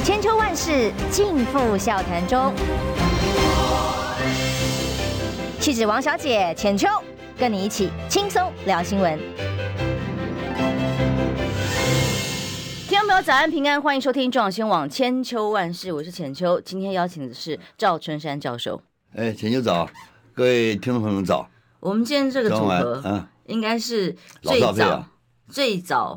千秋万世尽付笑谈中。气质王小姐浅秋，跟你一起轻松聊新闻。听众朋友早安平安，欢迎收听中央新闻网千秋万世，我是浅秋。今天邀请的是赵春山教授。 浅秋早，各位听众朋友早。 我们今天这个组合，应该是最早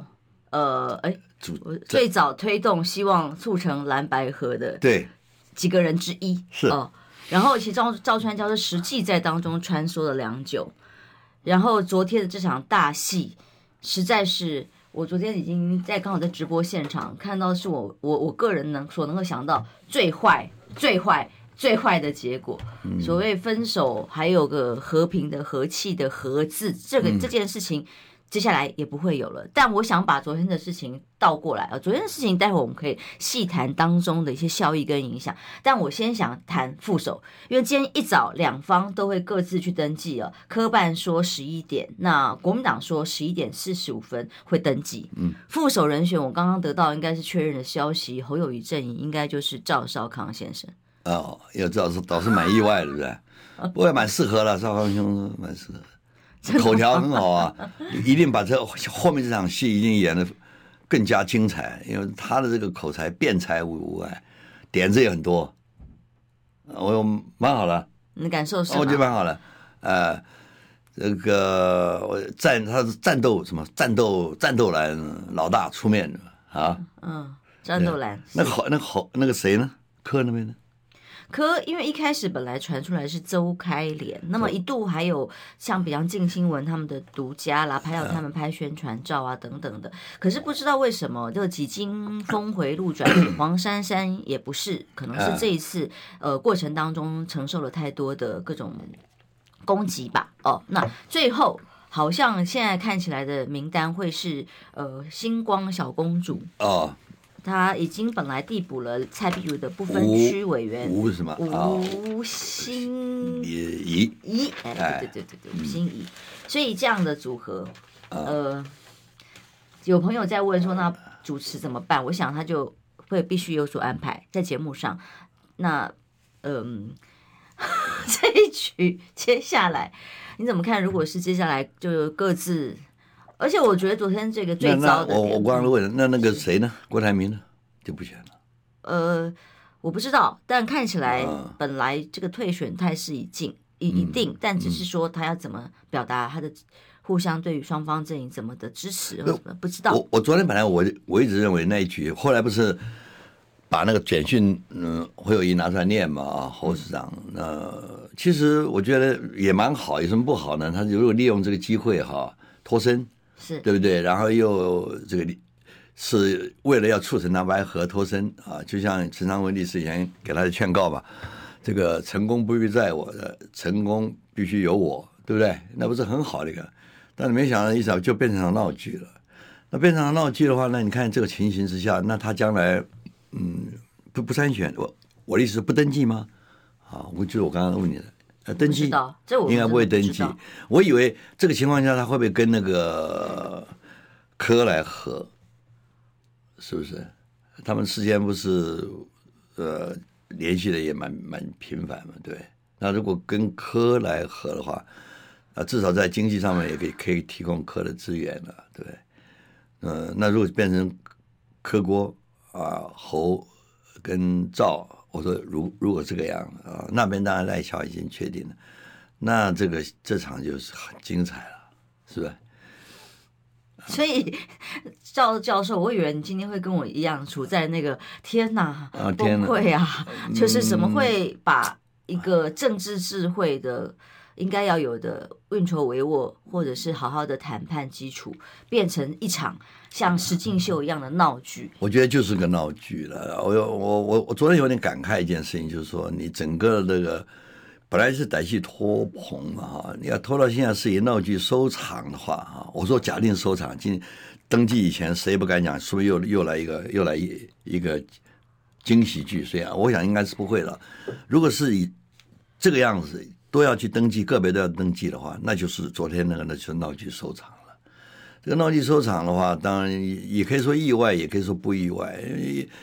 最早推动希望促成蓝白合的几个人之一是哦。然后其实赵川教授实际在当中穿梭了良久，然后昨天的这场大戏，实在是我昨天已经刚好在直播现场看到，是我个人所能够想到最坏的结果。所谓分手，还有个和平的和气的和字，这件事情接下来也不会有了。但我想把昨天的事情倒过来，昨天的事情待会我们可以细谈当中的一些效益跟影响。但我先想谈副手，因为今天一早两方都会各自去登记了。科办说11点，那国民党说11点45分会登记。副手人选我刚刚得到应该是确认的消息，侯友宜阵营应该就是赵少康先生。 要知道倒是蛮意外的，对不对？不过蛮适合了，少康兄蛮适合。口条很好啊，一定把后面这场戏一定演得更加精彩，因为他的这个口才辩才无碍，点子也很多，我蛮好的。 你的感受是吗？ 我觉得蛮好的。这个他是战斗蓝老大出面的啊。 战斗蓝。 那个谁呢？柯那边呢？ 可因为一开始本来传出来是周开莲，那么一度还有像比方镜新闻他们的独家啦，拍到他们拍宣传照啊等等的。可是不知道为什么这个几经峰回路转，黄珊珊也不是，可能是这一次过程当中承受了太多的各种攻击吧。那最后好像现在看起来的名单会是星光小公主他已经本来递补了蔡壁如的不分区委员吴什么吴欣怡，对，吴欣怡。所以这样的组合，有朋友在问说，那主持怎么办？我想他就会必须有所安排在节目上。那这一局接下来你怎么看？如果是接下来就各自。而且我觉得昨天这个最糟的点， 我刚刚问了，那个谁呢？郭台铭呢？就不选了。我不知道，但看起来本来这个退选态势已定，但只是说他要怎么表达他的互相对于双方阵营怎么的支持，不知道。 我昨天本来我一直认为那一局，后来不是把那个简讯侯友宜拿出来念嘛侯市长，其实我觉得也蛮好，有什么不好呢？他如果利用这个机会脱身。 是对不对？然后又这个是为了要促成蓝白合脱身就像陈昌文律师以前给他的劝告吧，这个成功不必在我的，成功必须有我，对不对？那不是很好的一个，但是没想到一场就变成闹剧了。那变成闹剧的话，那你看这个情形之下，那他将来不参选，我的意思是不登记吗？就是我刚刚问你的。登记应该不会登记。我以为这个情况下他会不会跟那个柯来合？是不是？他们之间不是联系的也蛮频繁嘛，对。那如果跟柯来合的话，至少在经济上面也可以提供柯的资源了，对不对？那如果变成柯郭侯跟赵。我说如果这个样那边当然赖萧已经确定了，那这场就是很精彩了，是不是？ 所以赵教授，我以为你今天会跟我一样处在那个天哪崩溃就是怎么会把一个政治智慧的应该要有的运筹帷幄，或者是好好的谈判基础，变成一场像实境秀一样的闹剧。 我觉得就是个闹剧了。我昨天有点感慨一件事情，就是说你整个那个本来是歹戏拖棚嘛你要拖到现在是以闹剧收场的话我说假定收场，今登记以前谁不敢讲，是不是又来一个惊喜剧？所以我想应该是不会了。如果是以这个样子都要去登记，个别都要登记的话，那就是昨天那就是闹剧收场了。这个闹剧收场的话，当然也可以说意外，也可以说不意外。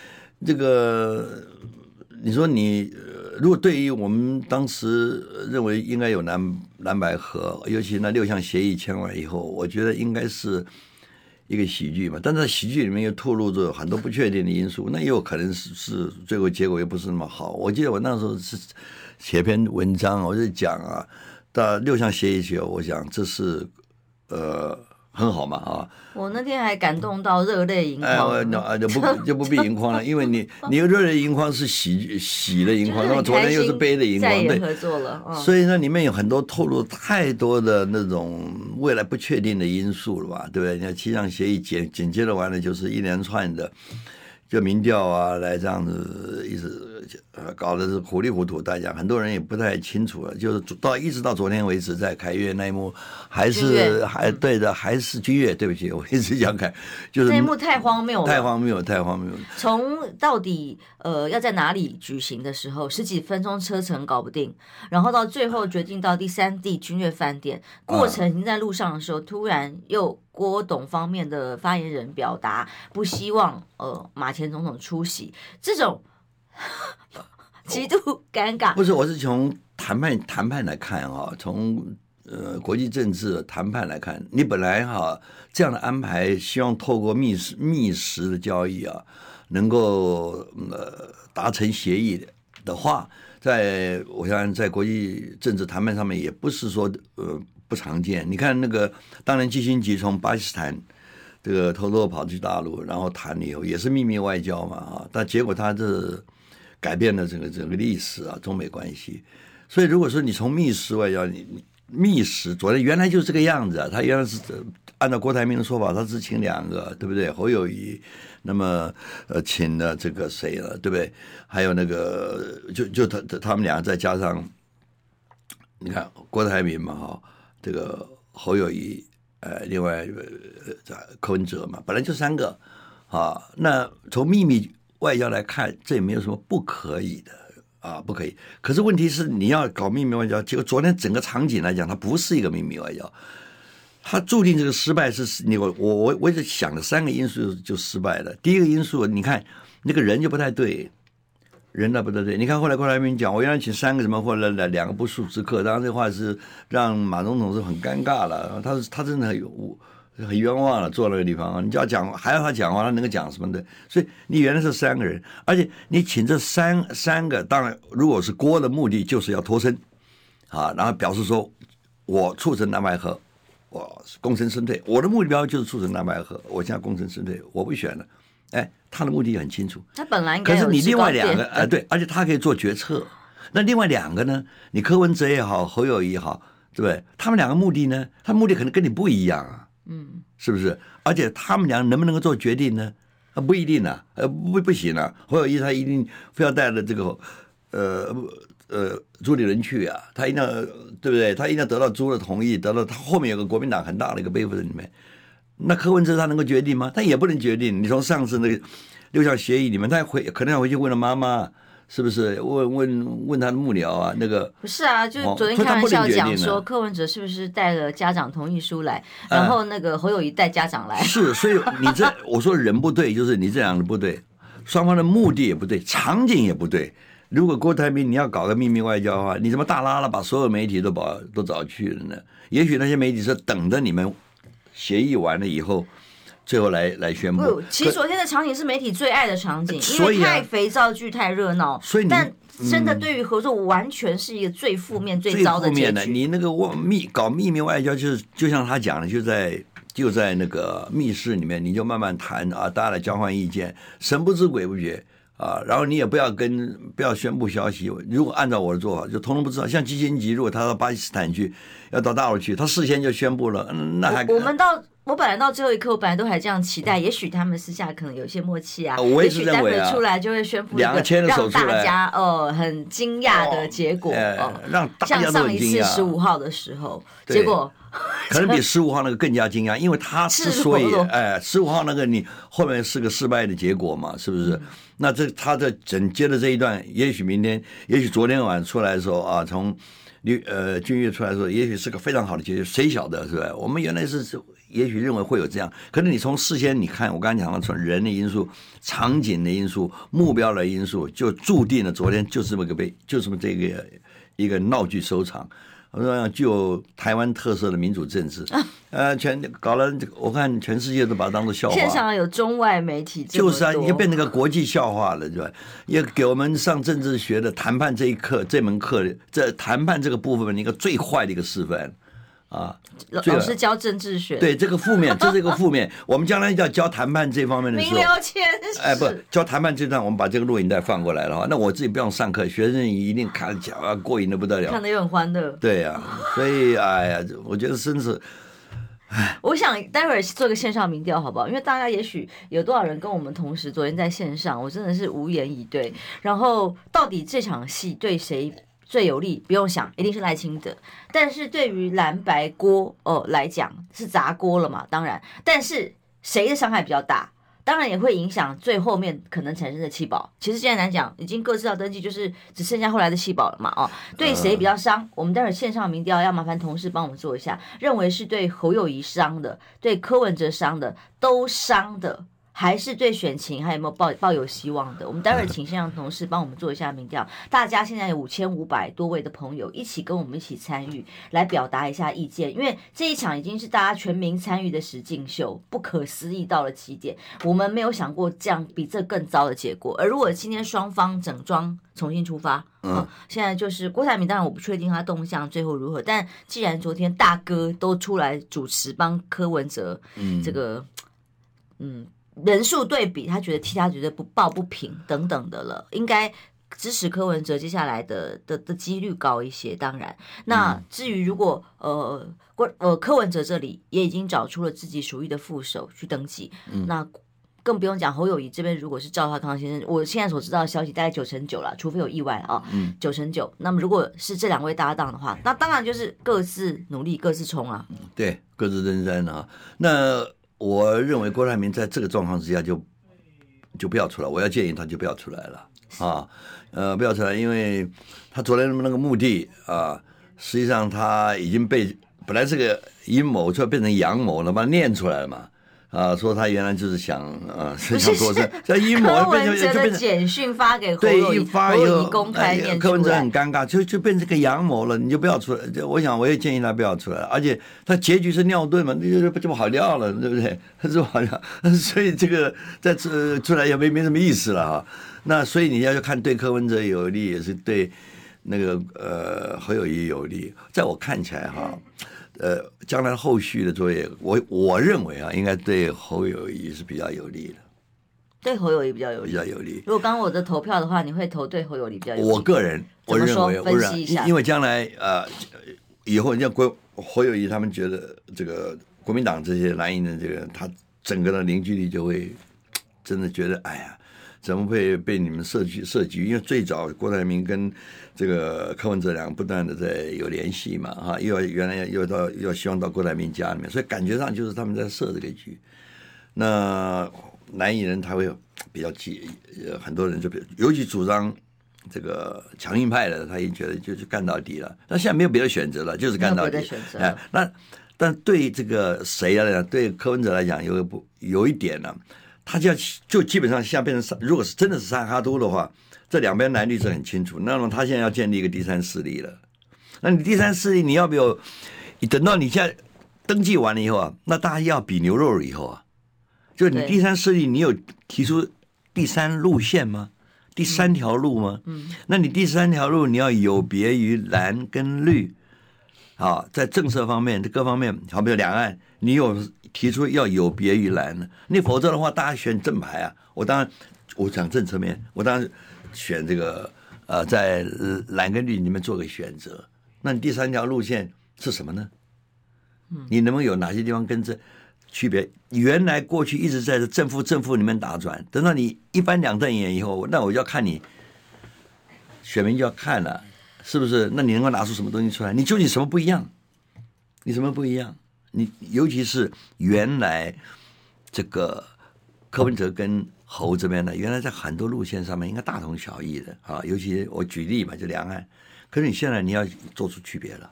这个你说如果对于我们当时认为应该有蓝白合，尤其那6项协议签完以后，我觉得应该是一个喜剧嘛。但是喜剧里面又透露着很多不确定的因素，那也有可能是最后结果又不是那么好。我记得我那时候是写篇文章，我就讲啊，到6项协议起后，我想这是很好嘛啊！ 我那天还感动到热泪盈眶。 就不必盈眶了，因为你热泪盈眶是喜的盈眶，那么昨天又是悲的盈眶，对， 合作了。 所以那里面有很多透露太多的那种未来不确定的因素了吧，对不对？你看7项协议紧接着完了就是一连串的。就民调啊，来这样子一直搞的是糊里糊涂，大家很多人也不太清楚了。就是一直到昨天为止，在凯悦那一幕还对的，还是君悦。对不起，我一直讲就是那一幕太荒谬了， 太荒谬。 从到底要在哪里举行的时候，10几分钟车程搞不定，然后到最后决定到第3地君悦饭店，过程已经在路上的时候，突然又郭董方面的发言人表达不希望马前总统出席，这种极度尴尬。 不是，我是从谈判来看啊，从国际政治谈判来看，你本来这样的安排，希望透过密室的交易啊，能够达成协议的话，我想在国际政治谈判上面也不是说不常见。你看那个，当然基辛格从巴基斯坦这个偷偷跑去大陆，然后谈了以后也是秘密外交嘛啊，但结果他这改变了整个历史啊，中美关系。所以如果说你从密室外交，密室昨天原来就是这个样子啊，他原来是按照郭台铭的说法，他只请2个，对不对？侯友宜，那么请了这个谁了，对不对？还有那个就他们2个再加上，你看郭台铭嘛哈。这个侯友宜，另外柯文哲嘛，本来就3个啊。那从秘密外交来看，这也没有什么不可以的啊，不可以。可是问题是，你要搞秘密外交，结果昨天整个场景来讲，它不是一个秘密外交，它注定这个失败是我一直想了3个因素就失败了。第一个因素，你看那个人就不太对。人那不对，你看后来郭台铭讲，我原来请3个什么或者2个不速之客，当然这话是让马总统是很尴尬了，他真的很冤枉了，坐那个地方，你就要讲还要他讲话，他能够讲什么的？所以你原来是3个人，而且你请这三个，当然如果是郭的目的就是要脱身啊，然后表示说我促成蓝白合，我功成身退，我的目标就是促成蓝白合，我现在功成身退，我不选了。他的目的很清楚。 他本来应该有， 可是你另外2个对，而且他可以做决策。那另外2个呢？你柯文哲也好，侯友宜也好，对不对？他们2个目的呢？他目的可能跟你不一样啊，是不是？而且他们2个能不能够做决定呢？不一定啊，不行啊。侯友宜他一定非要带着这个朱立伦去啊，他一定要对不对？他一定要得到朱的同意，得到他后面有个国民党很大的一个背负在里面。那柯文哲他能够决定吗？他也不能决定。你从上次那个6项协议里面，他可能要回去问了妈妈，是不是？问他的幕僚啊，那个不是啊，就昨天开玩笑讲说，柯文哲是不是带了家长同意书来，然后那个侯友宜带家长来。 是，所以我说人不对，就是你这样的不对，双方的目的也不对，场景也不对。如果郭台铭你要搞个秘密外交的话，你怎么大拉了把所有媒体都找去了呢？也许那些媒体是等着你们协议完了以后，最后来宣布。 不，其实昨天的场景是媒体最爱的场景，因为太肥皂剧太热闹。 所以但真的对于合作完全是一个最负面、最糟的结局。 你那个搞秘密外交，就像他讲的，就在那个密室里面，你就慢慢谈啊，大家来交换意见，神不知鬼不觉。然后你也不要宣布消息。如果按照我的做法，就通通不知道。像基辛格，如果他到巴基斯坦去，要到大陆去，他事先就宣布了，那还我本来到最后一刻，我本来都还这样期待，也许他们私下可能有些默契啊， 我也是认为也许待会出来就会宣布一个让大家很惊讶的结果， 让大家都很惊讶。 像上一次15号的时候，结果可能比15号那个更加惊讶，因为他之所以15号那个你后面是个失败的结果嘛，是不是？那他的整接的这一段，也许明天，也许昨天晚出来的时候啊，从君越出来说，也许是个非常好的结局，谁晓得是吧？我们原来是也许认为会有这样，可是你从事先你看，我刚才讲到从人的因素、场景的因素、目标的因素，就注定了昨天就这么这个一个闹剧收场。我说具有台湾特色的民主政治，搞了，我看全世界都把它当作笑话。 线上有中外媒体， 就是啊，也变成个国际笑话了，对吧？也给我们上政治学的谈判这门课，这谈判这个部分一个最坏的一个示范。啊， 老师教政治学， 对这个负面，这是一个负面。我们将来要教谈判这方面的时候， 名留千史。 不教谈判这段，我们把这个录影带放过来了哈。那我自己不用上课，学生一定看讲啊，过瘾的不得了， 看得又很欢乐。 对呀，所以哎呀，我觉得真是。 我想待会儿做个线上民调好不好？因为大家也许有多少人跟我们同时昨天在线上，我真的是无言以对。然后到底这场戏对谁最有利？不用想，一定是赖清德。但是对于蓝白锅来讲是砸锅了嘛，当然。但是谁的伤害比较大？当然也会影响最后面可能产生的弃保。其实现在来讲，已经各自要登记，就是只剩下后来的弃保了嘛。对谁比较伤？我们待会儿线上民调要麻烦同事帮我们做一下，认为是对侯友宜伤的，对柯文哲伤的，都伤的。还是对选情还有没有抱有希望的？我们待会儿请线上同事帮我们做一下民调。大家现在有5500多位的朋友一起跟我们一起参与，来表达一下意见。因为这一场已经是大家全民参与的实境秀，不可思议到了极点。我们没有想过这样比这更糟的结果。而如果今天双方整装重新出发，现在就是郭台铭，当然我不确定他动向最后如何，但既然昨天大哥都出来主持帮柯文哲，这个人数对比，他觉得替他觉得不抱不平等等的了，应该支持柯文哲接下来的几率高一些。当然，那至于如果柯文哲这里也已经找出了自己属于的副手去登记，那更不用讲侯友宜这边，如果是赵少康先生，我现在所知道的消息大概9成9了，除非有意外啊，9成9。那么如果是这两位搭档的话，那当然就是各自努力，各自冲啊。 对，各自登山啊。那我认为郭台铭在这个状况之下就不要出来，我要建议他就不要出来了啊，不要出来，因为他昨天那个目的啊，实际上他已经被本来是个阴谋，就变成阳谋了，把它念出来了嘛。说他原来就是想是想做这阴谋， 柯文哲的简讯发给侯友宜， 一发以后公开念出来， 柯文哲很尴尬，就变成个阳谋了，你就不要出来。我想我也建议他不要出来，而且他结局是尿遁嘛，那就不好尿了，对不对？这好像，所以这个再出来也没什么意思了哈。那所以你要看对柯文哲有利，也是对那个侯友宜有利。在我看起来哈。将来后续的作业，我认为应该对侯友宜是比较有利的。 对侯友宜比较有利。如果刚刚我的投票的话，你会投对侯友宜比较有利？ 我个人我认为， 分析一下， 因为将来以后人家侯友宜他们觉得这个国民党这些蓝营的这个他整个的凝聚力就会真的觉得哎呀。怎么会被你们设局？因为最早郭台铭跟这个柯文哲两个不断的在有联系嘛，原来又希望到郭台铭家里面，所以感觉上就是他们在设这个局。那蓝营人他会比较很多人就尤其主张这个强硬派的，他也觉得就是干到底了。那现在没有别的选择了，就是干到底。但对这个谁来讲，对柯文哲来讲有一点呢。他就基本上现在变成，如果是真的是三哈都的话，这两边蓝绿是很清楚。那么他现在要建立一个第三势力了。那你第三势力你要不要？你等到你现在登记完了以后那大家要比牛肉以后就你第三势力，你有提出第三路线吗？第三条路吗？那你第三条路你要有别于蓝跟绿在政策方面各方面，好比如两岸，你有提出要有别于蓝的，你否则的话，大家选正牌我讲政策面，我当然选这个在蓝跟绿里面做个选择。那你第三条路线是什么呢？你能不能有哪些地方跟这区别？原来过去一直在正负里面打转，等到你一翻两瞪眼以后，那我就要看你选民就要看了。是不是？那你能够拿出什么东西出来？你究竟什么不一样？你什么不一样？你尤其是原来这个柯文哲跟侯这边呢，原来在很多路线上面应该大同小异的尤其我举例嘛，就两岸可是你现在你要做出区别了，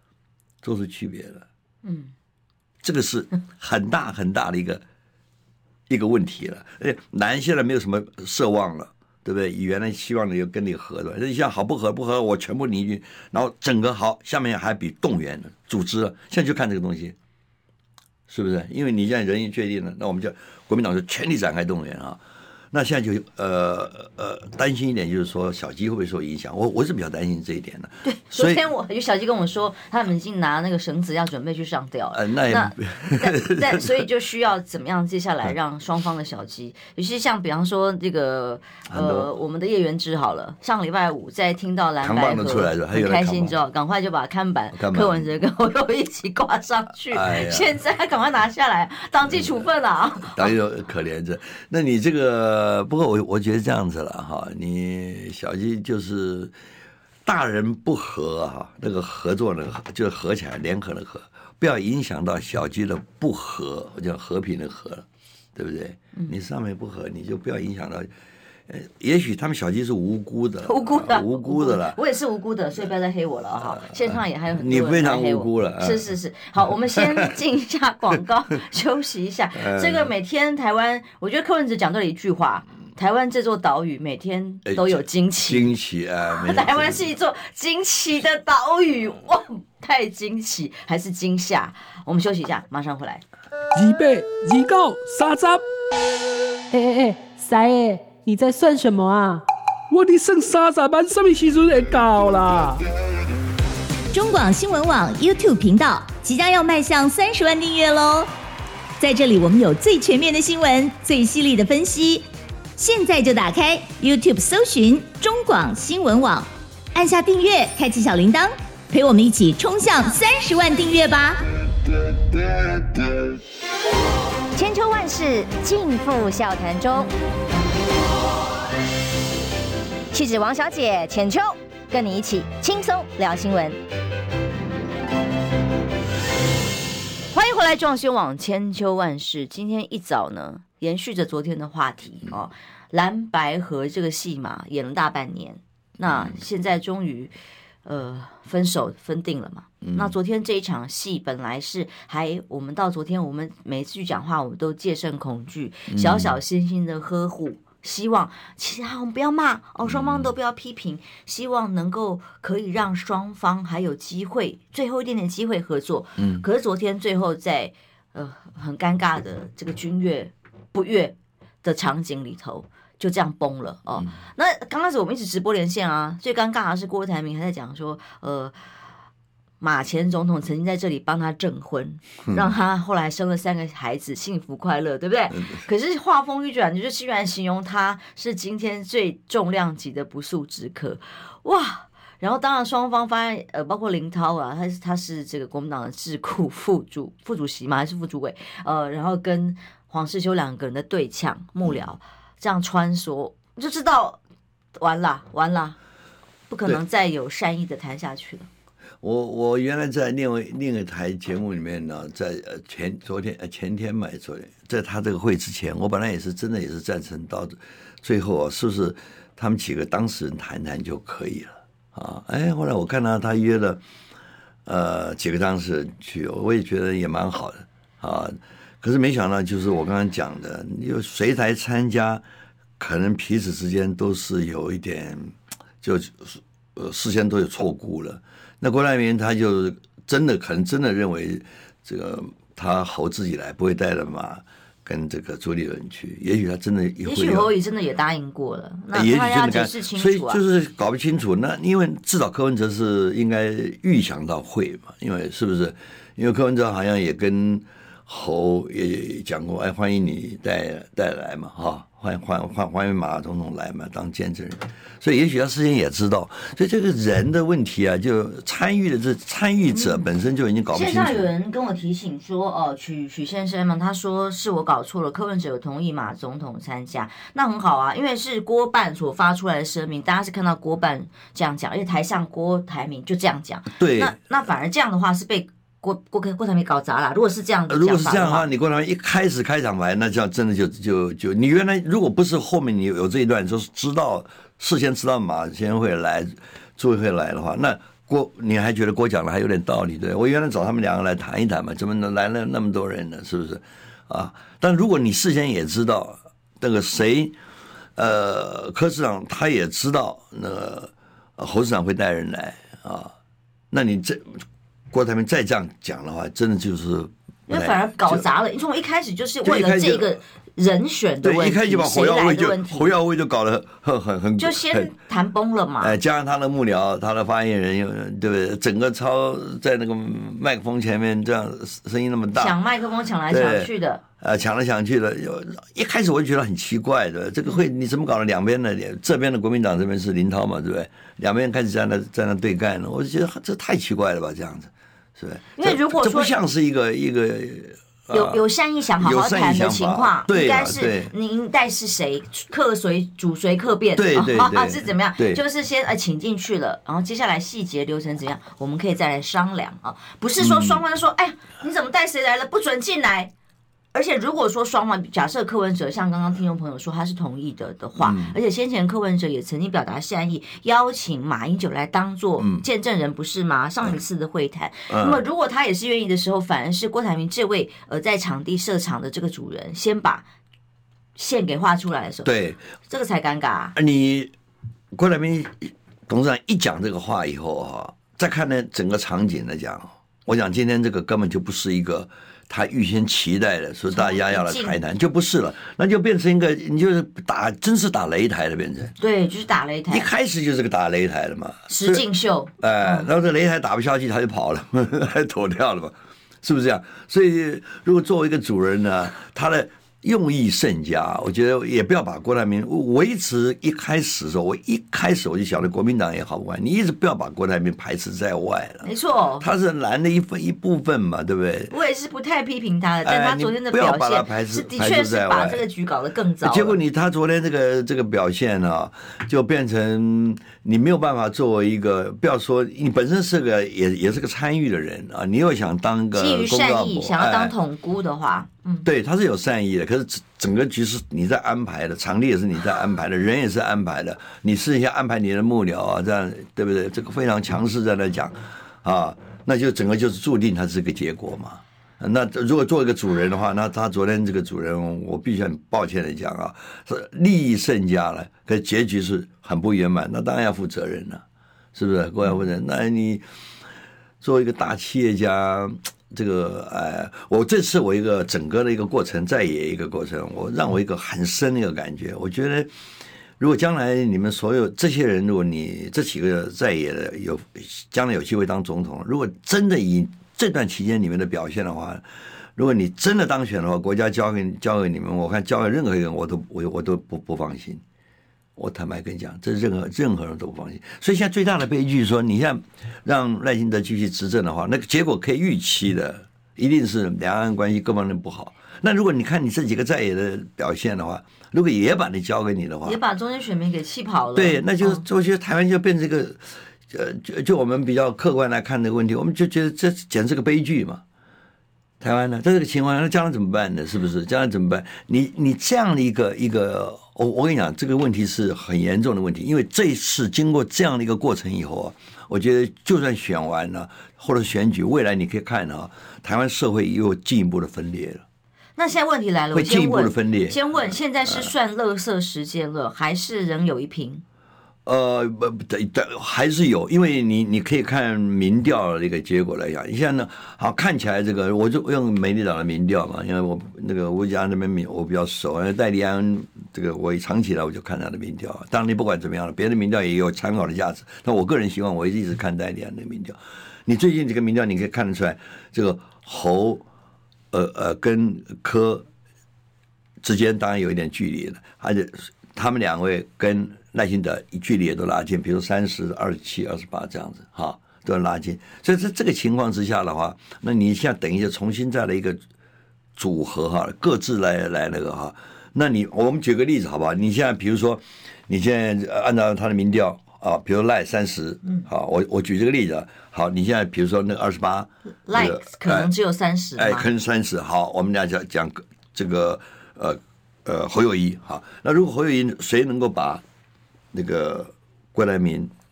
这个是很大很大的一个问题了。南现在没有什么奢望了，对不对？原来希望你跟你合的，你想好不合，我全部凝聚，然后整个好，下面还比动员组织了，现在就看这个东西，是不是？因为你现在人已经确定了，那我们就国民党就全力展开动员啊。那现在就担心一点，就是说小鸡会不会受影响？我是比较担心这一点的。 对，昨天有小鸡跟我说，他们已经拿那个绳子要准备去上吊了。但所以就需要怎么样接下来让双方的小鸡，尤其像比方说这个我们的叶元之好了，上礼拜五在听到蓝白合很开心之后，赶快就把看板柯文哲跟侯友宜一起挂上去，现在赶快拿下来，党纪处分啊！ 党纪可怜着，那你这个。不过我觉得这样子了哈，你小鸡就是大人不和哈，那个合作呢就是合起来联合的合，不要影响到小鸡的不和，叫和平的和，对不对？你上面不和，你就不要影响到。也许他们小鸡是无辜的了。 我也是无辜的，所以不要再黑我了哈。线上也还有很多人你非常无辜了。 是。好，我们先进一下广告，休息一下。这个每天台湾，我觉得柯文哲讲对了一句话：台湾这座岛屿每天都有惊奇。 惊奇啊！ 台湾是一座惊奇的岛屿，哇，太惊奇还是惊吓？我们休息一下，马上回来。 28、29、30。三爷。你在算什么啊？ 我的剩30万，什么时阵会到啦？ 中广新闻网 YouTube 频道即将要迈向30万订阅喽！在这里，我们有最全面的新闻，最犀利的分析。现在就打开 YouTube 搜寻中广新闻网，按下订阅，开启小铃铛，陪我们一起冲向30万订阅吧！ 千秋万世尽付笑谈中。气质王小姐浅秋，跟你一起轻松聊新闻。 欢迎回来，中广新闻网千秋万世。今天一早呢，延续着昨天的话题哦，蓝白合这个戏码演了大半年，那现在终于分手分定了嘛。那昨天这一场戏本来是我们到昨天我们每次去讲话，我们都戒慎恐惧，小小心心的呵护。希望其实我们不要骂哦，双方都不要批评，希望能够可以让双方还有机会，最后一点点机会合作。可是昨天最后在很尴尬的这个君悦不悦的场景里头，就这样崩了哦。那刚开始我们一直直播连线啊，最尴尬的是郭台铭还在讲说，马前总统曾经在这里帮他证婚，让他后来生了3个孩子，幸福快乐，对不对？可是话锋一转，就是居然形容他是今天最重量级的不速之客，哇！然后当然双方发现，包括林涛啊，他是这个国民党的智库副主席吗？还是副主委？然后跟黄世修2个人的对呛幕僚，这样穿梭，就知道完了，不可能再有善意的谈下去了。 我原来在另一台节目里面呢，在前天在他这个会之前，我本来真的也是赞成到最后是不是他们几个当事人谈谈就可以了啊？后来我看到他约了几个当事人去，我也觉得也蛮好的啊。可是没想到就是我刚刚讲的，有谁来参加，可能彼此之间都是有一点就事先都有错估了。那郭台铭他就可能真的认为这个他侯自己来，不会带着马跟这个朱立伦去，也许他真的也许侯友宜真的也答应过了，那他要解释清楚所以就是搞不清楚。那因为至少柯文哲是应该预想到会嘛，因为是不是？因为柯文哲好像也跟侯也讲过，欢迎你带来嘛，哈。欢迎马总统来嘛，当见证人，所以也许他事先也知道，所以这个人的问题啊，就参与者本身就已经搞不清楚。 线上有人跟我提醒说，许先生嘛，他说是我搞错了，柯文哲有同意马总统参加，那很好啊，因为是郭办所发出来的声明，大家是看到郭办这样讲，而且台上郭台铭就这样讲， 对， 那反而这样的话是被郭台铭搞砸了。如果是这样的如果是这样的话，你郭台铭一开始开场白，那这样真的就你原来如果不是后面你有这一段，就是事先知道马先会来朱慧来的话，那你还觉得郭讲的还有点道理，对？我原来找他们两个来谈一谈嘛，怎么能来了那么多人呢？是不是啊？但如果你事先也知道那个谁，柯市长他也知道那个侯市长会带人来啊，那你郭台铭再这样讲的话，真的就是因为反而搞砸了，从一开始就是为了这个人选的问题， 对，一开始就把侯耀威就搞得很就先谈崩了嘛。 加上他的幕僚、他的发言人，对不对？整个在那个麦克风前面这样声音那么大， 抢麦克风抢来抢去的。 抢来抢去的，一开始我就觉得很奇怪的，这个会你怎么搞的？两边的这边的国民党这边是林涛嘛，对不对？两边开始在那对干了，我就觉得这太奇怪了吧，这样子，是不是？ 因为如果说这不像是一个有善意想好好谈的情况，应该是您带是谁，客随主随客便， 对， 是怎么样？就是先请进去了，然后接下来细节流程怎样，我们可以再来商量啊，不是说双方就说，哎，你怎么带谁来了，不准进来。而且如果说双方假设柯文哲像刚刚听众朋友说他是同意的话，而且先前柯文哲也曾经表达善意，邀请马英九来当做见证人，不是吗？上一次的会谈，那么如果他也是愿意的时候，反而是郭台铭这位在场地设场的这个主人，先把线给画出来的时候， 对， 这个才尴尬啊。 你郭台铭董事长一讲这个话以后哈，再看呢整个场景来讲，我想今天这个根本就不是一个他预先期待的，说大家要来台谈，就不是了，那就变成一个，你就是真是打擂台了，变成。 对，就是打擂台。 一开始就是个打擂台了嘛， 实境秀。 然后这擂台打不下去，他就跑了，还躲掉了嘛，是不是这样？所以如果作为一个主人呢，他的用意甚佳，我觉得也不要把郭台铭维持一开始的时候，我就晓得国民党也好不管，你一直不要把郭台铭排斥在外了。 没错， 他是蓝的一部分嘛，对不对？ 我也是不太批评他的，但他昨天的表现是的确是把这个局搞得更糟。 结果他昨天这个表现呢，就变成你没有办法作为一个，不要说你本身是个也是个参与的人啊，你又想当个基于善意想要当统孤的话。 对，他是有善意的，可是整个局是你在安排的，场地也是你在安排的，人也是安排的，你试一下安排你的幕僚啊，这样对不对？这个非常强势在那讲啊，那就整个就是注定它是个结果嘛。那如果做一个主人的话，那他昨天这个主人，我必须很抱歉的讲啊，是利益甚佳了，可是结局是很不圆满，那当然要负责任了，是不是？各位负责任，那你作为一个大企业家。这个我这次我一个整个的一个过程，在野一个过程，让我一个很深的一个感觉。我觉得，如果将来你们所有这些人，如果你这几个在野的将来有机会当总统，如果真的以这段期间你们的表现的话，如果你真的当选的话，国家交给你们，我看交给任何一个人，我都不放心。我坦白跟你讲，这任何人都不放心。所以现在最大的悲剧说，你现在让赖清德继续执政的话，那个结果可以预期的，一定是两岸关系各方面不好。那如果你看你这几个在野的表现的话，如果也把你交给你的话， 也把中间选民给气跑了。 对，那就我觉得台湾就变成一个，就我们比较客观来看这个问题，我们就觉得这简直是个悲剧嘛。台湾呢，在这个情况下，那将来怎么办呢？是不是？将来怎么办？你这样的一个，我跟你讲，这个问题是很严重的问题，因为这一次经过这样的一个过程以后啊，我觉得就算选完了或者选举，未来你可以看啊，台湾社会又进一步的分裂了。 那现在问题来了， 会进一步的分裂。 先问，现在是算垃圾时间了，还是仍有一瓶？ 还是有，因为你可以看民调的一个结果来讲，你现在呢，好看起来这个，我就用美丽岛的民调嘛，因为我那个吴家那边我比较熟，戴立安这个我长期以来我就看他的民调，当然你不管怎么样了，别的民调也有参考的价值，但我个人希望我一直看戴立安的民调。你最近这个民调你可以看得出来，这个侯跟柯之间当然有一点距离了，而且他们两位跟赖清德距离也都拉近，比如30、27、28这样子，哈，都拉近。所以在这个情况之下的话，那你现在等于就重新再来一个组合哈，各自来那个哈。那我们举个例子好不好？你现在比如说，你现在按照他的民调啊，比如赖30，好，我举这个例子，好，你现在比如说那个28， 赖可能只有30， 可能30，好，我们俩讲这个侯友宜，好，那如果侯友宜谁能够把那个郭台铭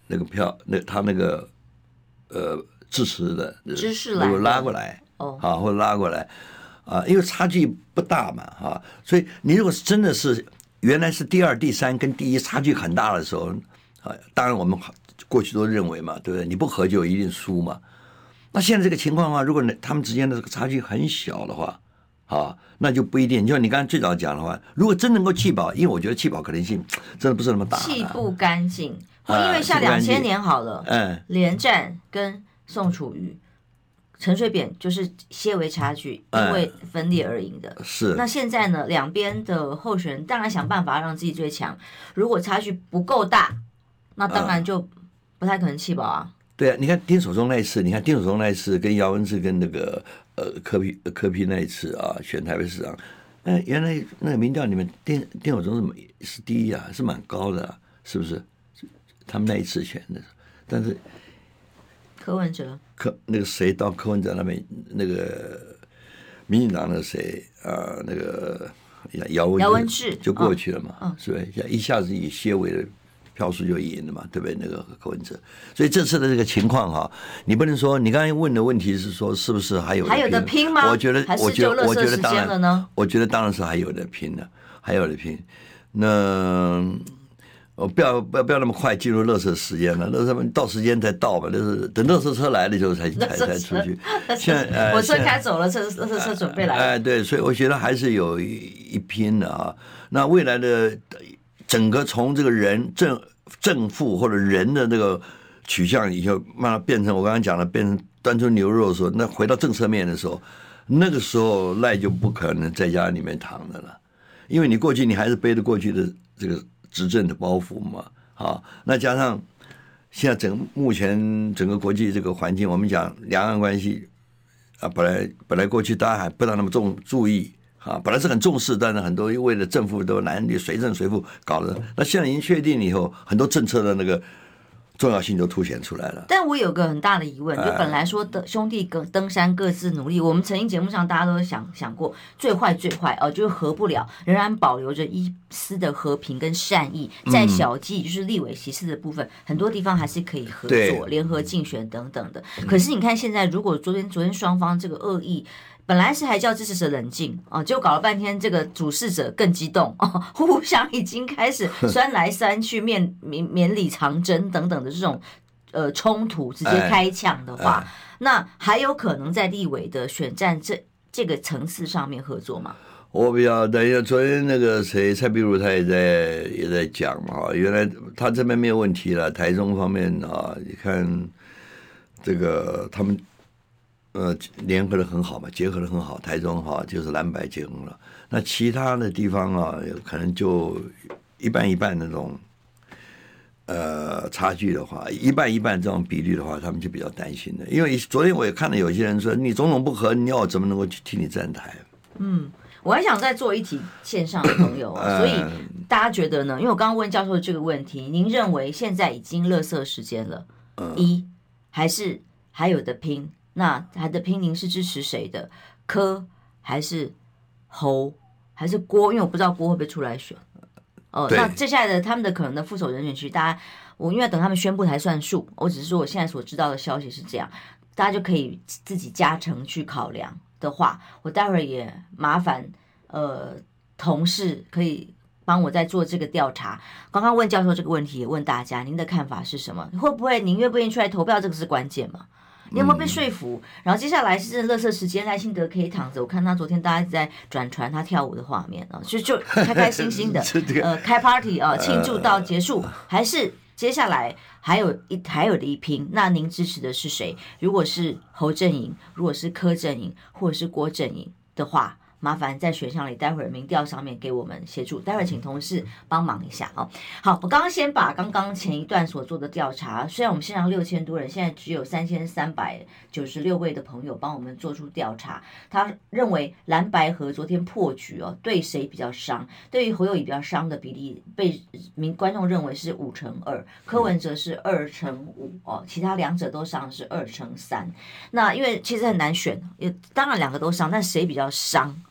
那个票，他那个支持的知识如果拉过来或者拉过来因为差距不大嘛所以你如果是真的是原来是第二、第三跟第一差距很大的时候当然我们过去都认为嘛，对不对？你不合就一定输嘛。那现在这个情况的话，如果他们之间的这个差距很小的话那就不一定。就像你刚才最早讲的话，如果真能够弃保，因为我觉得弃保可能性真的不是那么大， 弃不干净。或因为像2000年好了，连战跟宋楚瑜、陈水扁就是些微差距，因为分裂而赢的。 是。 那现在呢，两边的候选人当然想办法让自己最强，如果差距不够大，那当然就不太可能弃保啊。 对啊，你看丁守中那一次，跟姚文智跟那个柯 P 那一次选台北市长，原来那个民调里面丁守中是第一是蛮高的是不是？他们那一次选的，但是柯文哲那个谁到柯文哲那边，那个民进党那个谁那个姚文智就过去了嘛，是不是？一下子以些微的票数就赢了嘛，对不对？那个柯文哲，所以这次的这个情况你不能说你刚才问的问题是说是不是还有的拼吗？ 我觉得当然， 我觉得当然是还有的拼的，还有的拼。那我不要那么快进入垃圾时间了，垃圾到时间才到吧，就是等垃圾车来了之后才出去。现在我车开走了，垃圾车准备来了。 对，所以我觉得还是有一拼的那未来的整个从这个人正负或者人的这个取向以后，慢慢变成我刚刚讲的，变成端出牛肉的时候，那回到政策面的时候，那个时候赖就不可能在家里面躺着了，因为你过去你还是背着过去的这个执政的包袱嘛，那加上现在目前整个国际这个环境，我们讲两岸关系本来过去大家还不大那么注意本来是很重视，但是很多为了政府都男女随政随富搞的，那现在已经确定以后，很多政策的那个重要性都凸显出来了。 但我有个很大的疑问，就本来说的兄弟登山各自努力，我们曾经节目上大家都想过最坏就是合不了，仍然保留着一丝的和平跟善意，在小计就是立委席次的部分，很多地方还是可以合作、联合竞选等等的。可是你看现在，如果昨天双方这个恶意。本来是还叫支持者冷静结果搞了半天，这个主事者更激动互相已经开始酸来酸去、绵里藏针等等的这种冲突，直接开枪的话，那还有可能在立委的选战这个层次上面合作吗？ 我比较担心，昨天那个谁蔡壁如他也在讲嘛，原来他这边没有问题了，台中方面你看这个他们。联合的很好嘛，结合的很好，台中就是蓝白结合了。那其他的地方可能就一半一半那种差距的话，一半一半这种比率的话，他们就比较担心的。因为昨天我也看到有些人说，你总统不合，你要怎么能够去替你站台？ 我还想再做一题线上的朋友所以大家觉得呢？因为我刚刚问教授这个问题，您认为现在已经垃圾时间了？还是还有的拼？那他的拼，您是支持谁的？柯还是侯还是郭？因为我不知道郭会不会出来选。那接下来的他们的可能的副手人选区，我因为要等他们宣布才算数。我只是说我现在所知道的消息是这样，大家就可以自己加成去考量的话，我待会儿也麻烦同事可以帮我再做这个调查。刚刚问教授这个问题，也问大家您的看法是什么？会不会您愿不愿意出来投票？这个是关键嘛？你有没有被说服？然后接下来是垃圾时间，赖清德可以躺着。我看他昨天大家一直在转传他跳舞的画面就开开心心的开 party 庆祝到结束，还是接下来还有的一拼？那您支持的是谁？如果是侯阵营，如果是柯阵营，或者是郭阵营的话，麻烦在选项里待会儿民调上面给我们协助，待会儿请同事帮忙一下好，我刚刚先把刚刚前一段所做的调查，虽然我们线上6000多人，现在只有3396位的朋友帮我们做出调查。他认为蓝白合昨天破局对谁比较伤？对于侯友宜比较伤的比例，被观众认为是5%2%，柯文哲是2%5其他两者都伤是2%3%。那因为其实很难选，当然两个都伤，但谁比较伤？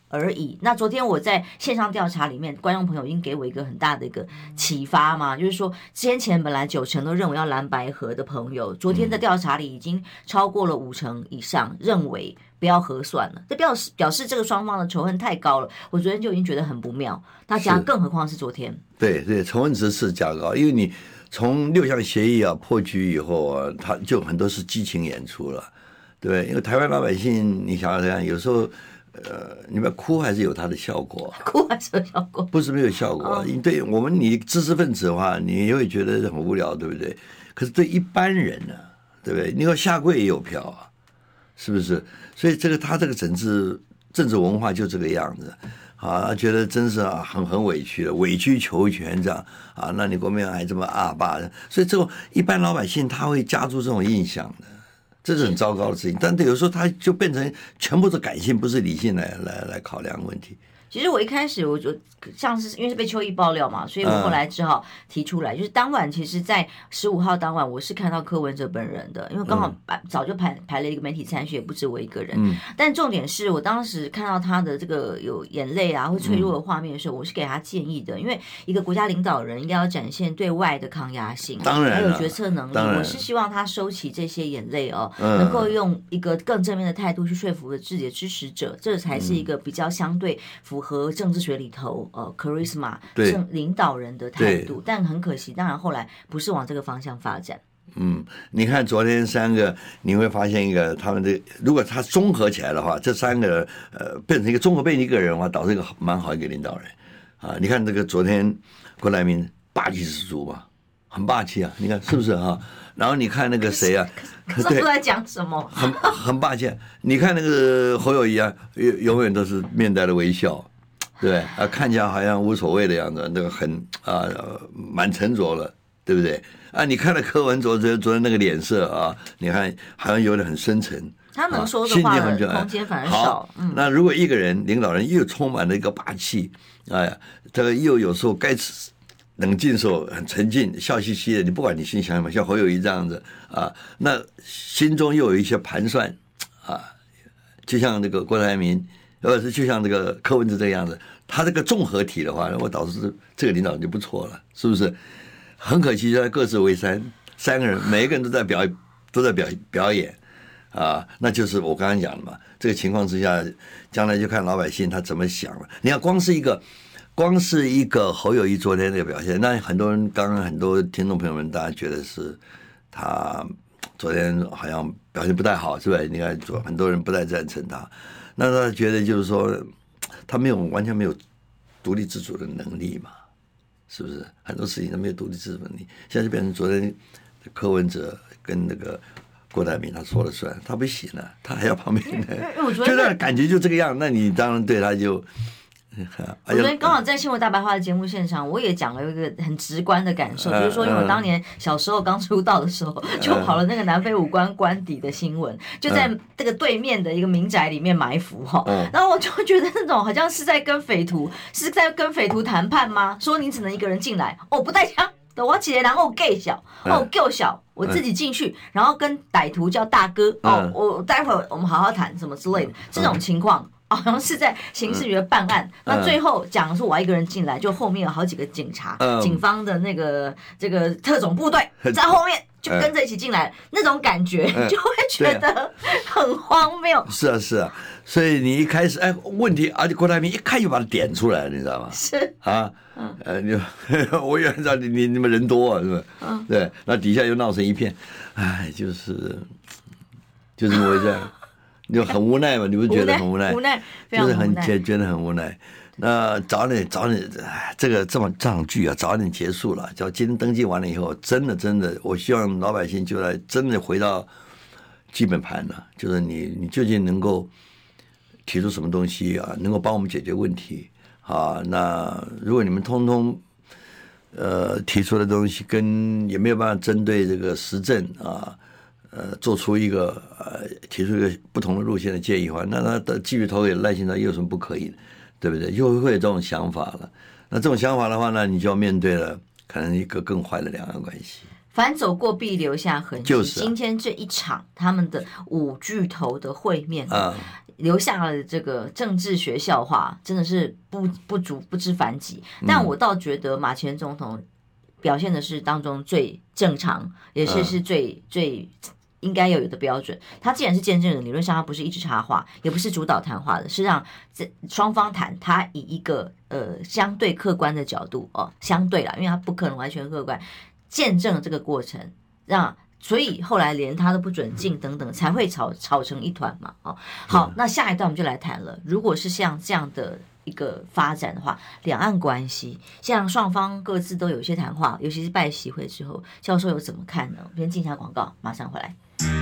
而已。那昨天我在线上调查里面，观众朋友已经给我一个很大的一个启发嘛，就是说先前本来90%都认为要蓝白合的朋友，昨天的调查里已经超过了50%以上认为不要核算了，这表示这个双方的仇恨太高了。我昨天就已经觉得很不妙，大家更何况是昨天。 对对，仇恨值是加高，因为你从6项协议破局以后啊，它就很多是激情演出了，对不对？因为台湾老百姓，你想想看，有时候。你们哭还是有它的效果， 哭还是有效果， 不是没有效果。对我们你知识分子的话，你也会觉得很无聊，对不对？可是对一般人呢，对不对？你要下跪也有票啊，是不是？所以他这个政治文化就这个样子啊，觉得真是很委屈了，委曲求全这样啊。那你国民党还这么霸的，所以这种一般老百姓他会加注这种印象的。这是很糟糕的事情，但有时候它就变成全部是感性，不是理性来考量问题。 其实我一开始我就像是因为是被邱毅爆料嘛，所以我后来只好提出来。就是当晚，其实在15号当晚，我是看到柯文哲本人的，因为刚好早就排了一个媒体参选，也不止我一个人。但重点是我当时看到他的这个有眼泪啊或脆弱的画面的时候，我是给他建议的，因为一个国家领导人应该要展现对外的抗压性， 当然还有决策能力。我是希望他收起这些眼泪能够用一个更正面的态度去说服自己的支持者，这才是一个比较相对符合政治学里头charisma 领导人的态度。但很可惜，当然后来不是往这个方向发展。 你看昨天3个，你会发现一个他们的，如果他综合起来的话，这3个变成一个综合变成一个人的话，导致一个蛮好一个领导人啊。你看这个昨天郭台铭霸气十足嘛，很霸气啊，你看是不是啊？然后你看那个谁啊， 不知道在讲什么， 很霸气。你看那个侯友宜啊，永远都是面带着微笑。对看起来好像无所谓的样子，那个很蛮沉着了，对不对啊？你看了柯文哲昨天那个脸色啊，你看好像有点很深沉， 他能说的话的空间反而少。 那如果一个人领导人又充满了一个霸气，这个又有时候该冷静的时候很沉静，笑嘻嘻的，你不管你心想什么，像侯友宜这样子啊，那心中又有一些盘算啊，就像那个郭台铭。就像这个柯文哲这个样子，他这个综合体的话，我导致这个领导人就不错了，是不是？很可惜，各自为3个人，每一个人都在表演啊，那就是我刚刚讲的嘛。这个情况之下，将来就看老百姓他怎么想了。你看，光是一个侯友宜昨天那个表现，那很多人刚刚很多听众朋友们，大家觉得是他昨天好像表现不太好，是吧？你看，很多人不太赞成他。那他觉得就是说，他完全没有独立自主的能力嘛，是不是？很多事情他没有独立自主能力，现在就变成昨天柯文哲跟那个郭台铭他说了算，他不行了，他还要旁边的，就那感觉就这个样，那你当然对他就。 我昨天刚好在新闻大白话的节目现场，我也讲了一个很直观的感受，就是说，因为我当年小时候刚出道的时候，就跑了那个南非武官官邸的新闻，就在这个对面的一个民宅里面埋伏然后我就觉得那种好像是在跟匪徒谈判吗？说你只能一个人进来，不带枪。我起来，然后给小，够小，我自己进去，然后跟歹徒叫大哥，我待会儿我们好好谈什么之类的，这种情况。好像是在刑事局办案，那最后讲说我要一个人进来，就后面有好几个警察、警方的这个特种部队在后面就跟着一起进来，那种感觉就会觉得很荒谬。 是啊，所以你一开始问题，而且郭台铭一看就把它点出来了，你知道吗？ 是啊，我原来知道你们人多啊，是吧？对，那底下又闹成一片，就是这么回事。就很无奈嘛，你不觉得很无奈？ 无奈， 就是觉得很无奈。那早点，这场剧啊，早点结束了。只要今天登记完了以后，真的，我希望老百姓就来真的回到基本盘了，就是你究竟能够提出什么东西啊，能够帮我们解决问题啊？那如果你们通通提出的东西也没有办法针对这个时政啊。做出一个提出一个不同的路线的建议的话，那他的继续投给赖清德又有什么不可以的，对不对？又会有这种想法了。那这种想法的话呢，你就要面对了可能一个更坏的两岸关系。 凡走过必留下痕迹。 就是今天这一场他们的5巨头的会面留下了这个政治学笑话，真的是不知反几。但我倒觉得马前总统表现的是当中最正常，也是最应该要有的标准。他既然是见证人，理论上他不是一直插话，也不是主导谈话的，是让双方谈，他以一个相对客观的角度相对啦，因为他不可能完全客观，见证这个过程，所以后来连他都不准进等等，才会吵成一团嘛。好，那下一段我们就来谈了。如果是像这样的一个发展的话，两岸关系像双方各自都有一些谈话，尤其是拜习会之后，教授有怎么看呢？我们先进一下广告，马上回来。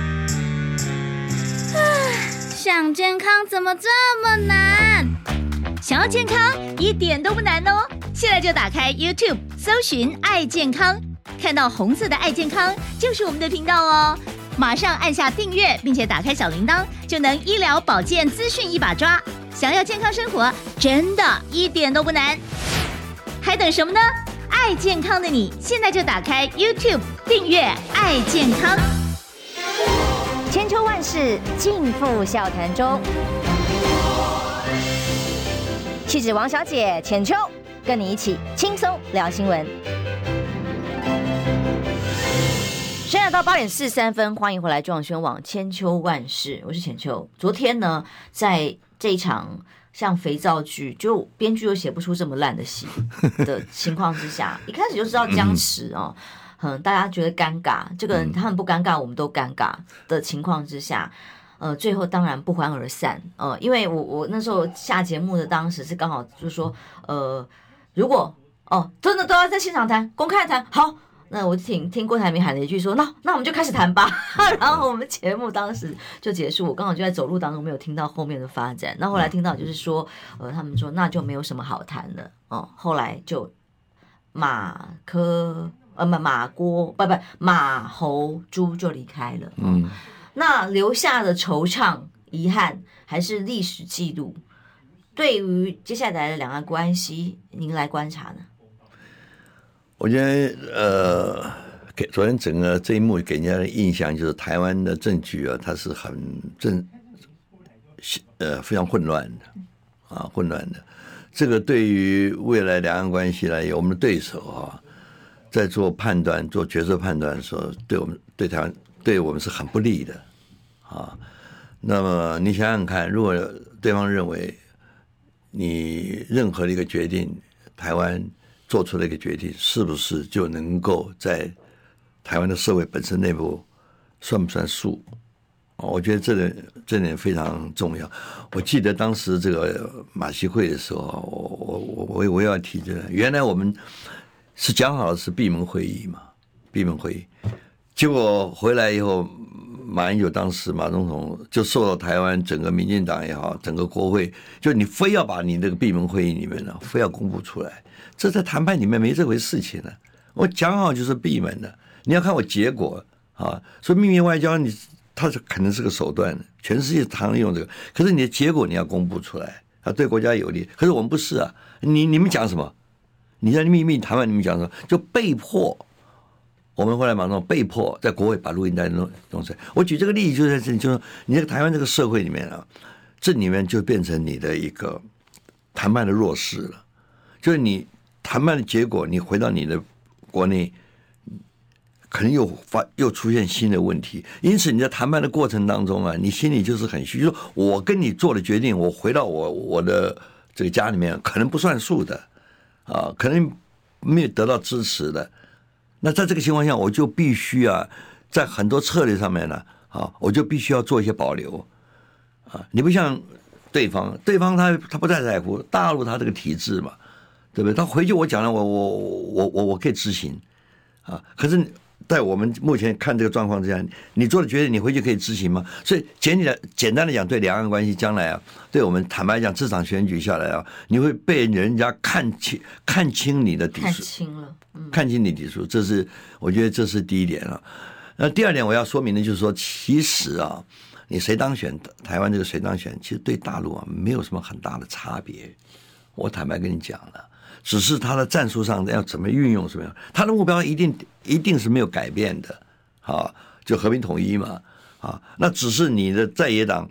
想健康怎么这么难？想要健康一点都不难哦！现在就打开 YouTube 搜寻爱健康，看到红色的爱健康就是我们的频道哦。马上按下订阅，并且打开小铃铛，就能医疗保健资讯一把抓。想要健康生活，真的一点都不难，还等什么呢？爱健康的你，现在就打开 YouTube 订阅爱健康。 千秋万世尽付笑谈中。气质王小姐浅秋，跟你一起轻松聊新闻。现在到8点43分，欢迎回来中广宣网千秋万世，我是浅秋。昨天呢，在这一场像肥皂剧，就编剧又写不出这么烂的戏的情况之下，一开始就知道僵持大家觉得尴尬，这个他们不尴尬，我们都尴尬的情况之下，最后当然不欢而散。因为我那时候下节目的当时是刚好就是说，如果真的都要在现场谈，公开谈，好，那我听郭台铭喊了一句说，那我们就开始谈吧。然后我们节目当时就结束，我刚好就在走路当中没有听到后面的发展。那后来听到就是说，他们说那就没有什么好谈了后来就马侯猪就离开了。那留下的惆怅、遗憾还是历史记录？对于接下来的两岸关系，您来观察呢？ 我觉得昨天整个这一幕给人家的印象就是台湾的政局它是很非常混乱的混乱的。这个对于未来两岸关系来讲，我们的对手在做判断、做决策判断的时候，对台湾、对我们是很不利的那么你想想看，如果对方认为你任何的一个决定，台湾做出了一个决定，是不是就能够在台湾的社会本身内部算不算数？我觉得这点非常重要。我记得当时这个马习会的时候，我要提这个，原来我们是讲好的是闭门会议嘛，闭门会议，结果回来以后，马英九当时马总统就受到台湾整个民进党也好，整个国会，就你非要把你那个闭门会议里面非要公布出来，这在谈判里面没这回事情我讲好就是闭门的，你要看我结果所以秘密外交它可能是个手段，全世界常用这个，可是你的结果你要公布出来，对国家有利。可是我们不是你们讲什么？你在秘密谈判，你们讲什么？就被迫，我们后来马上被迫在国会把录音带弄出来。我举这个例子就在这里，就是你在台湾这个社会里面这里面就变成你的一个谈判的弱势了。就是你谈判的结果，你回到你的国内，可能又出现新的问题，因此你在谈判的过程当中你心里就是很虚，就是我跟你做的决定，我回到我的这个家里面，可能不算数的可能没有得到支持的。那在这个情况下，我就必须在很多策略上面我就必须要做一些保留你不像对方他不太在乎大陆他这个体制嘛，对不对？他回去我讲了，我可以执行可是在我们目前看这个状况之下，你做的决定你回去可以执行吗？所以简单的讲，对两岸关系将来对我们坦白讲，这场选举下来你会被人家看清你的底数，看清你底数，我觉得这是第一点那第二点我要说明的就是说，其实你谁当选，台湾这个谁当选，其实对大陆没有什么很大的差别。我坦白跟你讲了。只是他的战术上要怎么运用什么样，他的目标一定是没有改变的就和平统一嘛那只是你的在野党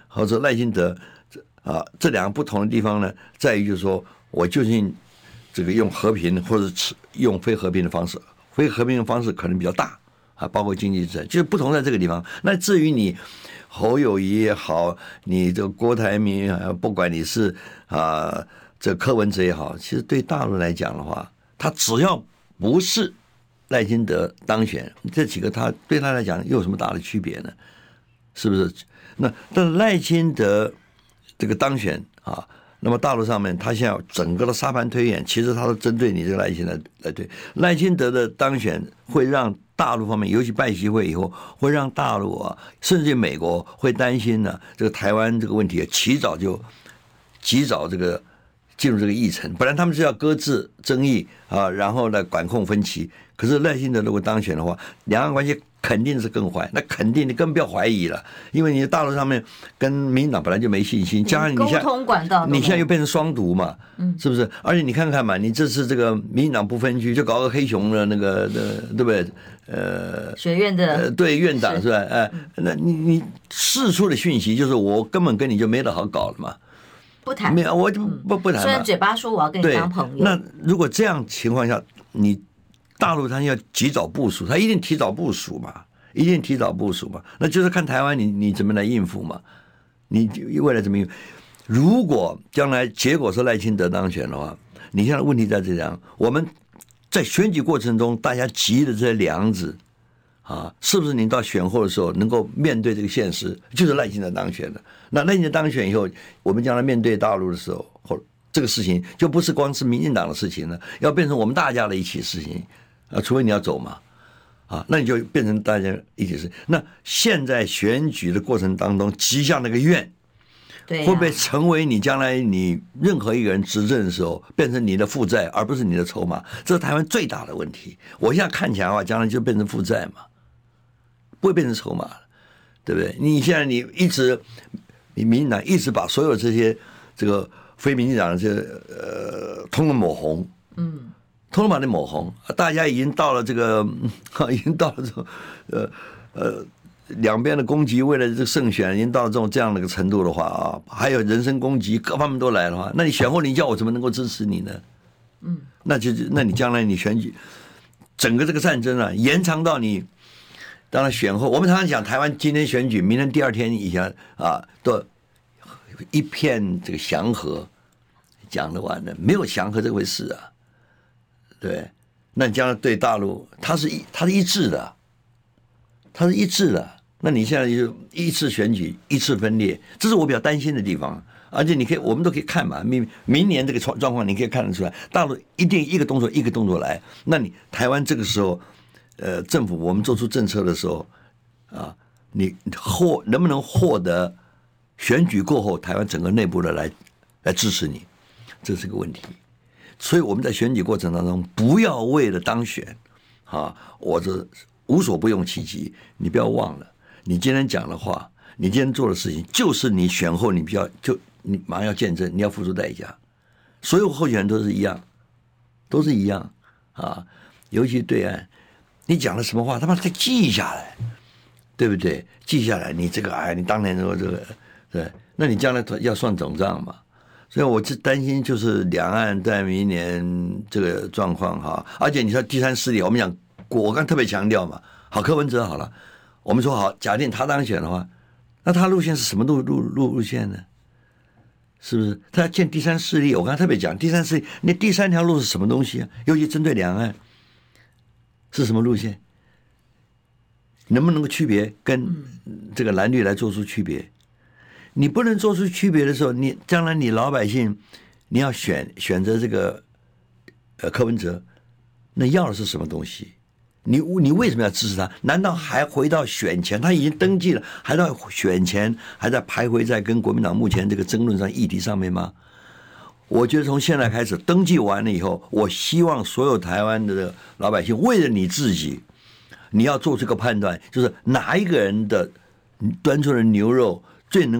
或者赖清德啊，这两个不同的地方呢，在于就是说我究竟这个用和平或者用非和平的方式，非和平的方式可能比较大啊，包括经济制裁，就是不同在这个地方。那至于你侯友宜也好，你这个郭台铭，不管你是这柯文哲也好，其实对大陆来讲的话，他只要不是赖清德当选，这几个他对他来讲又有什么大的区别呢？是不是？那但是赖清德这个当选啊，那么大陆上面他现在整个的沙盘推演，其实他都针对你这个赖清德来推。赖清德的当选会让大陆方面，尤其拜习会以后，会让大陆啊，甚至美国会担心呢，这个台湾这个问题及早这个进入这个议程。本来他们是要搁置争议啊，然后来管控分歧。可是赖清德如果当选的话，两岸关系肯定是更坏，那肯定你更不要怀疑了，因为你大陆上面跟民进党本来就没信心，加上你现在你现在又变成双独嘛，是不是？而且你看看嘛，你这次这个民进党不分区，就搞个黑熊的那个对不对？ 学院的对院长是吧？那你释出的讯息就是我根本跟你就没得好搞了嘛。 不谈， 没有，我就不谈。 虽然嘴巴说我要跟你当朋友， 那如果这样情况下，你大陆他要及早部署，他一定提早部署嘛，一定提早部署嘛。那就是看台湾你怎么来应付嘛，你未来怎么应付？如果将来结果是赖清德当选的话，你现在问题在这样，我们在选举过程中大家急的这些梁子啊，是不是你到选后的时候能够面对这个现实？就是赖清德当选的。那赖清德当选以后，我们将来面对大陆的时候，或这个事情就不是光是民进党的事情了，要变成我们大家的一起事情啊，除非你要走嘛，啊，那你就变成大家一起事。那现在选举的过程当中，积下那个怨， 对、啊， 会不会成为你将来你任何一个人执政的时候，变成你的负债，而不是你的筹码？这是台湾最大的问题。我现在看起来的话，将来就变成负债嘛，不会变成筹码了，对不对？你现在你民进党一直把所有这些这个非民进党的这通通抹红，通通把你抹红，大家已经到了这个，已经到了这个两边的攻击，为了这个胜选，已经到了这样的一个程度的话啊，还有人身攻击，各方面都来的话，那你选后你叫我怎么能够支持你呢？那你将来你选举整个这个战争啊，延长到你。当然选后，我们常常讲台湾今天选举，明天第二天以前啊，都一片这个祥和，讲得完了，没有祥和这回事啊，对。那你将来对大陆，它是一致的，它是一致的。那你现在就一次选举，一次分裂，这是我比较担心的地方。而且我们都可以看嘛，明年这个状况你可以看得出来，大陆一定一个动作一个动作来。那你台湾这个时候。政府我们做出政策的时候，啊，你能不能获得选举过后台湾整个内部的来支持你，这是个问题。所以我们在选举过程当中，不要为了当选，啊，我这无所不用其极。你不要忘了，你今天讲的话，你今天做的事情，就是你选后你你马上要见证，你要付出代价。所有候选人都是一样，都是一样啊，尤其对岸。你讲了什么话，他妈得记下来，对不对？记下来，你这个你当年说这个，对，那你将来要算总账嘛。所以我就担心，就是两岸在明年这个状况哈，而且你说第三势力，我们讲，我刚特别强调嘛，好，柯文哲好了，我们说好，假定他当选的话，那他路线是什么路线呢？是不是？他要建第三势力，我刚才特别讲第三势力，那第三条路是什么东西啊？尤其针对两岸。是什么路线？能不能够区别跟这个蓝绿来做出区别？你不能做出区别的时候，你将来你老百姓你要选择这个柯文哲，那要的是什么东西？你为什么要支持他？难道还回到选前？他已经登记了，还到选前还在徘徊在跟国民党目前这个争论上议题上面吗？我觉得从现在开始登记完了以后，我希望所有台湾的老百姓为了你自己，你要做这个判断，就是哪一个人的端出的牛肉最能够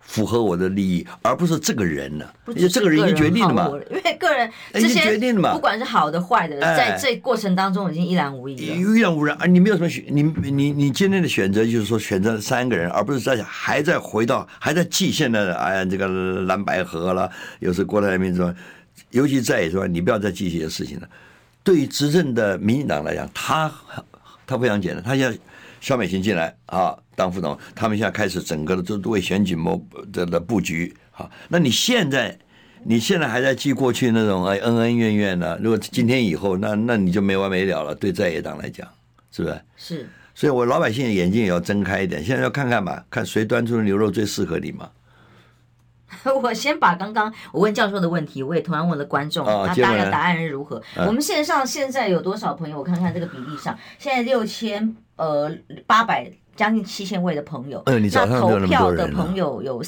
符合我的利益，而不是这个人呢？ 不只是这个人已经决定了嘛？ 因为个人这已经些决定了嘛？ 不管是好的坏的，在这过程当中已经一览无遗了。 一览无人啊！你没有什么选，你今天的选择就是说选择3个人，而不是还在记现在的这个蓝白合了，有时国台民主，尤其在是吧？你不要再记这些事情了。对于执政的民进党来讲，他非常简单，他现在萧美琴进来啊当副总，他们现在开始整个的都为选举的布局啊。那你现在还在记过去那种恩恩怨怨呢？如果今天以后，那你就没完没了了。对在野党来讲，是不是？ 是。 所以我老百姓的眼睛也要睁开一点，现在要看看吧，看谁端出的牛肉最适合你嘛。 我先把刚刚我问教授的问题，我也同样问了观众，那大家的答案是如何？我们线上现在有多少朋友？我看看这个比例上，现在6800将近7000位的朋友， 你早上那投票的朋友有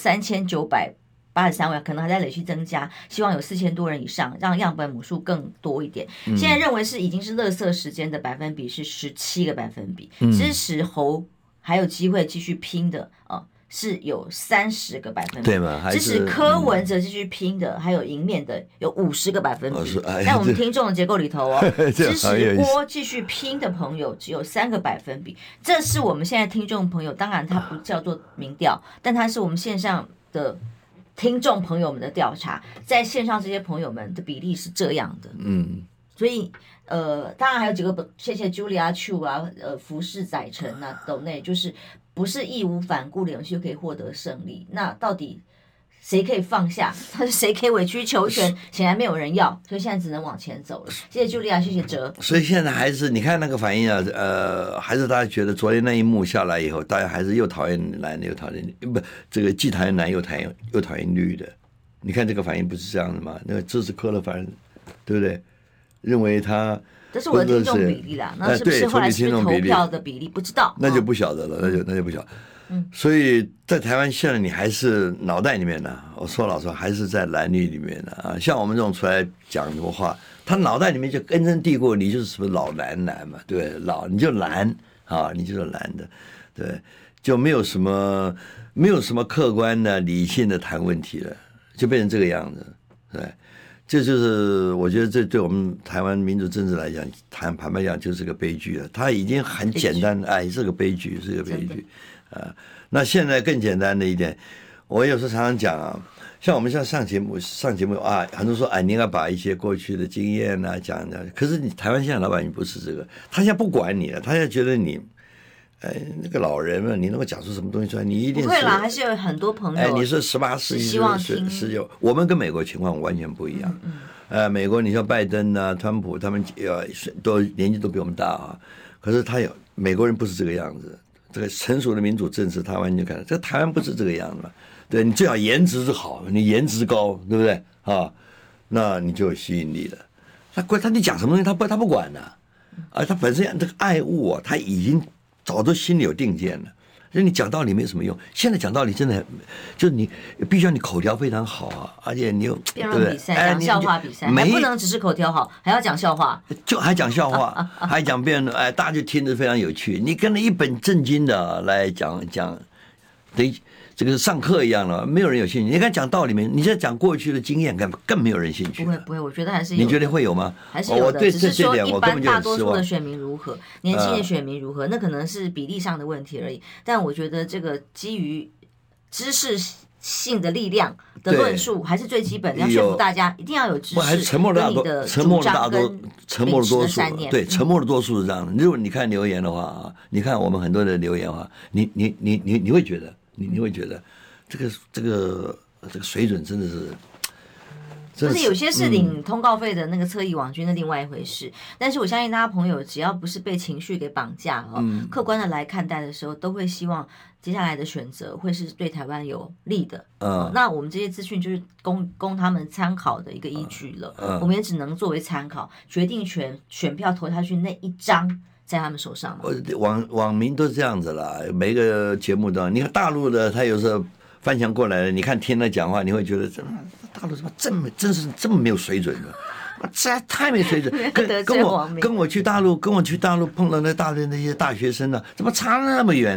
3983位，可能还在累续增加，希望有4000多人以上，让样本母数更多一点。现在认为已经是垃圾时间的百分比是17个百分比，支持侯还有机会继续拼的是有30个百分比， 对吗？ 支持柯文哲继续拼的，还有赢面的有50个百分比。在我们听众的结构里头支持郭继续拼的朋友只有3个百分比。这是我们现在听众朋友，当然它不叫做民调，但它是我们线上的听众朋友们的调查，在线上这些朋友们的比例是这样的。所以当然还有几个，谢谢 Julia Chu 啊，服饰载沉啊，斗内就是不是义无反顾的勇气就可以获得胜利。那到底谁可以放下？谁可以委曲求全？显然没有人要，所以现在只能往前走了。谢谢 Julia， 谢谢哲。 所以现在还是你看那个反应啊，还是大家觉得昨天那一幕下来以后，大家还是又讨厌蓝的，又讨厌这个既讨厌蓝又讨厌绿的。你看这个反应不是这样的吗？那个支持柯的反正对不对？认为他， 这是我的听众比例啦，那是不是后来是投票的比例不知道？ 那就不晓得了，那就不晓得。所以在台湾现在你还是脑袋里面呢，我说老实话还是在蓝绿里面的啊。像我们这种出来讲什么话，他脑袋里面就根深蒂固，你就是什么老蓝嘛，对，你就蓝啊，你就是蓝的，对，就没有什么客观的理性的谈问题了，就变成这个样子，对。这就是我觉得这对我们台湾民主政治来讲，坦白讲就是个悲剧了。它已经很简单，是个悲剧，是个悲剧。那现在更简单的一点，我有时候常常讲啊，像我们现在上节目啊，很多人说你应该把一些过去的经验啊讲的。可是你台湾现在老百姓不是这个，他现在不管你了，他现在觉得你。那个老人嘛，你能够讲出什么东西出来？你一定是不会啦，还是有很多朋友。 你是18世纪， 希望听 19，我们跟美国情况完全不一样。美国你像拜登啊、川普，他们都年纪都比我们大啊，可是美国人不是这个样子。这个成熟的民主政治，他完全看，这台湾不是这个样子。对你最好颜值好，你颜值高，对不对啊？那你就有吸引力了。你讲什么东西，他不管的他本身这个爱物啊，他已经。早都心里有定见了，所以你讲道理没什么用。现在讲道理真的就是你必须要你口条非常好啊，而且你有辩论比赛、讲笑话比赛，还不能只是口条好，还要讲笑话， 就还讲笑话，还讲辩论，大家就听着非常有趣。你跟着一本正经的来讲，等于这个上课一样了，没有人有兴趣。你看讲道理面，你在讲过去的经验，更没有人兴趣。 不会，我觉得还是有。 你觉得会有吗？ 还是有的， 对只是说一般大多数的选民如何，年轻的选民如何，那可能是比例上的问题而已。但我觉得这个基于知识性的力量的论述，还是最基本的，要说服大家一定要有知识， 还是沉默的大多数，对，沉默的多数是这样的。如果你看留言的话你看我们很多的留言的话，你会觉得。你会觉得这个水准真的是， 就是有些是领通告费的那个侧翼网军的另外一回事。但是我相信大家朋友只要不是被情绪给绑架客观的来看待的时候，都会希望接下来的选择会是对台湾有利的。那我们这些资讯就是供他们参考的一个依据了。我们也只能作为参考，决定权选票投下去那一张。在他们手上网民都是这样子啦，每个节目都，你看大陆的，他有时候翻墙过来了，你看听他讲话，你会觉得大陆怎么真是这么没有水准的，这太没水准。跟我去大陆碰到那大陆那些大学生呢，怎么差那么远呢？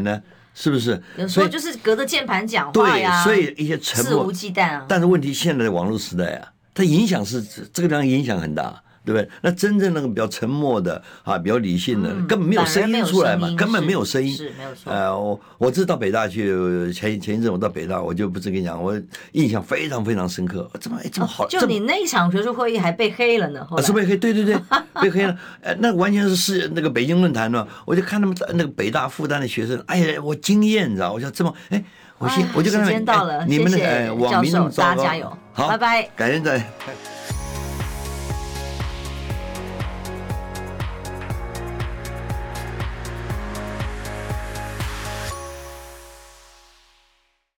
是不是？ 有时候就是隔着键盘讲话呀， 对，所以一些沉默肆无忌惮啊。 但是问题，现在的网络时代啊，它影响是这个地方影响很大。对不对？那真正那个比较沉默的啊，比较理性的，根本没有声音出来嘛，根本没有声音。 是没有错。 我这到北大去，前一阵我到北大，我就不是跟你讲，我印象非常非常深刻。这么好， 就你那一场学术会议还被黑了呢，后来是被黑，对，被黑了。那完全是那个北京论坛嘛，我就看他们那个北大复旦的学生，哎呀，我惊艳，你知道？我说这么我就跟他们， 时间到了， 你们谢谢网民教授，大家糟糕加油， 好， 拜拜， 改天再。